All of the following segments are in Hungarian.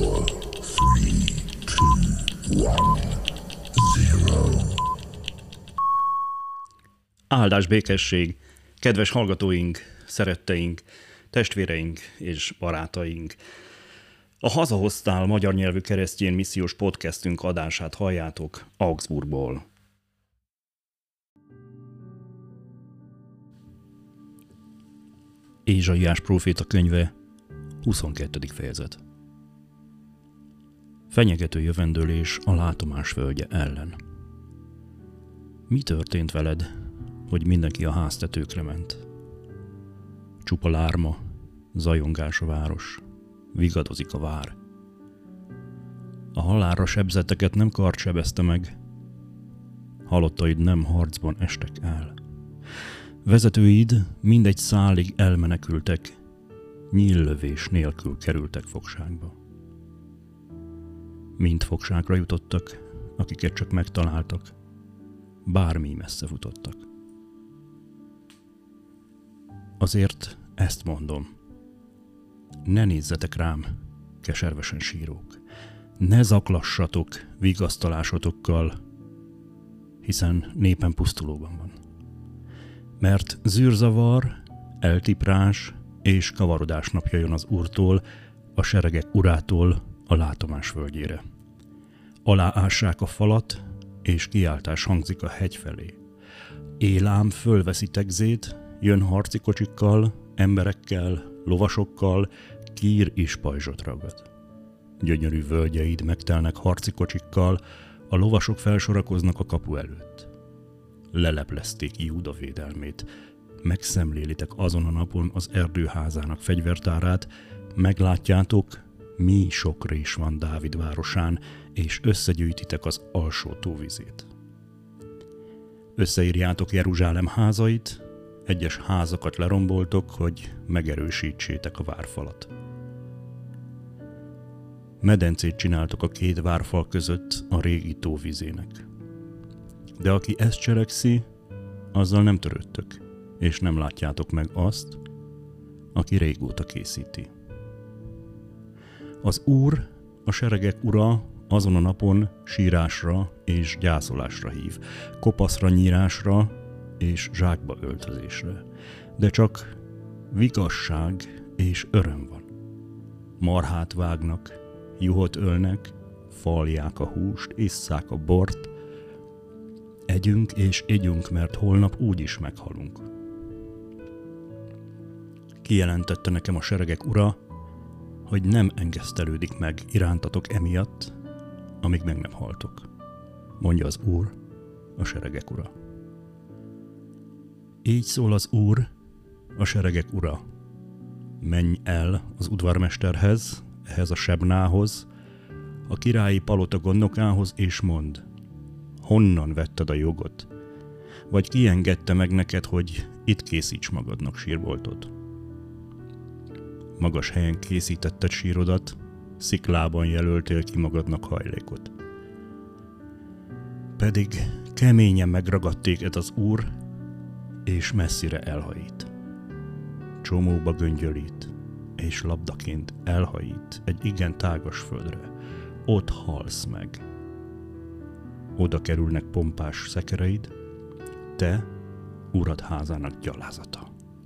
Áldás békesség, kedves hallgatóink, szeretteink, testvéreink és barátaink! A Hazahoztál magyar nyelvű keresztény missziós podcastünk adását halljátok Augsburgból. Ézsaiás próféta könyve, 22. fejezet. Fenyegető jövendőlés a látomás földje ellen. Mi történt veled, hogy mindenki a háztetőkre ment? Csupa lárma, zajongás a város, vigadozik a vár. A halálra sebzetteket nem kard sebezte meg, halottaid nem harcban estek el. Vezetőid mindegy szálig elmenekültek, nyíllövés nélkül kerültek fogságba. Mind fogságra jutottak, akiket csak megtaláltak, bármi messze futottak. Azért ezt mondom, ne nézzetek rám, keservesen sírók, ne zaklassatok vigasztalásotokkal, hiszen népem pusztulóban van. Mert zűrzavar, eltiprás és kavarodás napja jön az Úrtól, a seregek urától a látomás földjére. Aláássák a falat, és kiáltás hangzik a hegy felé. Élám fölveszi tegzét, jön harci kocsikkal, emberekkel, lovasokkal, kír is pajzsot ragad. Gyönyörű völgyeid megtelnek harci kocsikkal, a lovasok felsorakoznak a kapu előtt. Leleplezték Júda védelmét, megszemlélitek azon a napon az erdőházának fegyvertárát, meglátjátok, mi sok rés van Dávid városán, és összegyűjtitek az alsó tóvizét. Összeírjátok Jeruzsálem házait, egyes házakat leromboltok, hogy megerősítsétek a várfalat. Medencét csináltok a két várfal között a régi tóvizének. De aki ezt cselekszi, azzal nem törődtök, és nem látjátok meg azt, aki régóta készíti. Az Úr, a seregek ura azon a napon sírásra és gyászolásra hív, kopaszra nyírásra és zsákba öltözésre. De csak vigasság és öröm van. Marhát vágnak, juhot ölnek, falják a húst, isszák a bort, együnk és együnk, mert holnap úgyis meghalunk. Kijelentette nekem a seregek ura, hogy nem engesztelődik meg irántatok emiatt, amíg meg nem haltok, mondja az Úr, a seregek ura. Így szól az Úr, a seregek ura. Menj el az udvarmesterhez, ehhez a Sebnához, a királyi palota gondnokához, és mondd, honnan vetted a jogot? Vagy ki engedte meg neked, hogy itt készíts magadnak sírboltot? Magas helyen készítetted sírodat, sziklában jelöltél ki magadnak hajlékot. Pedig keményen megragadt téged az Úr, és messzire elhajít. Csomóba göngyölít, és labdaként elhajít egy igen tágas földre. Ott halsz meg. Oda kerülnek pompás szekereid, te, urad házának gyalázata.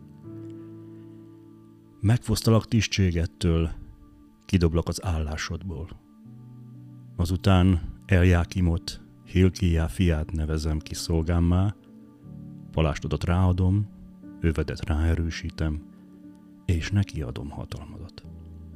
Megfosztalak tisztségettől, kidoblak az állásodból. Azután Eljákimot, Hilkiá fiát nevezem ki szolgámmá, palástodat ráadom, övedet ráerősítem, és neki adom hatalmadat.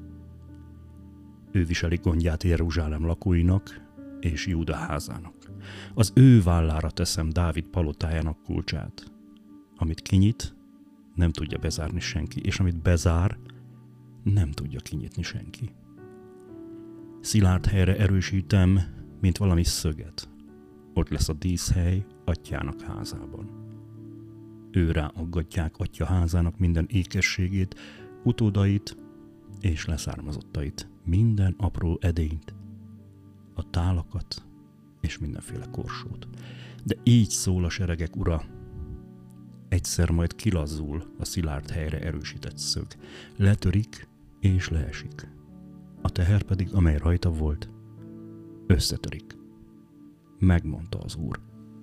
Ő viseli gondját Jeruzsálem lakóinak és Júda házának. Az ő vállára teszem Dávid palotájának kulcsát. Amit kinyit, nem tudja bezárni senki, és amit bezár, nem tudja kinyitni senki. Szilárd helyre erősítem, mint valami szöget. Ott lesz a díszhely atyának házában. Őrá aggatják atya házának minden ékességét, utódait és leszármazottait, minden apró edényt, a tálakat és mindenféle korsót. De így szól a seregek ura, egyszer majd kilazzul a szilárd helyre erősített szög, letörik és leesik. A teher pedig, amely rajta volt, összetörik. Megmondta az Úr.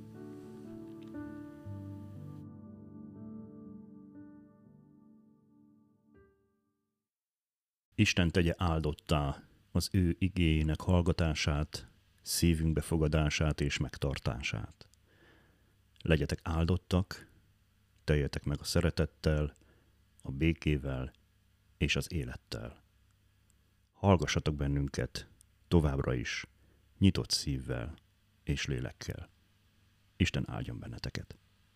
Isten tegye áldottá az ő igéjének hallgatását, szívünk befogadását és megtartását. Legyetek áldottak, teljetek meg a szeretettel, a békével és az élettel. Hallgassatok bennünket továbbra is, nyitott szívvel és lélekkel. Isten áldjon benneteket!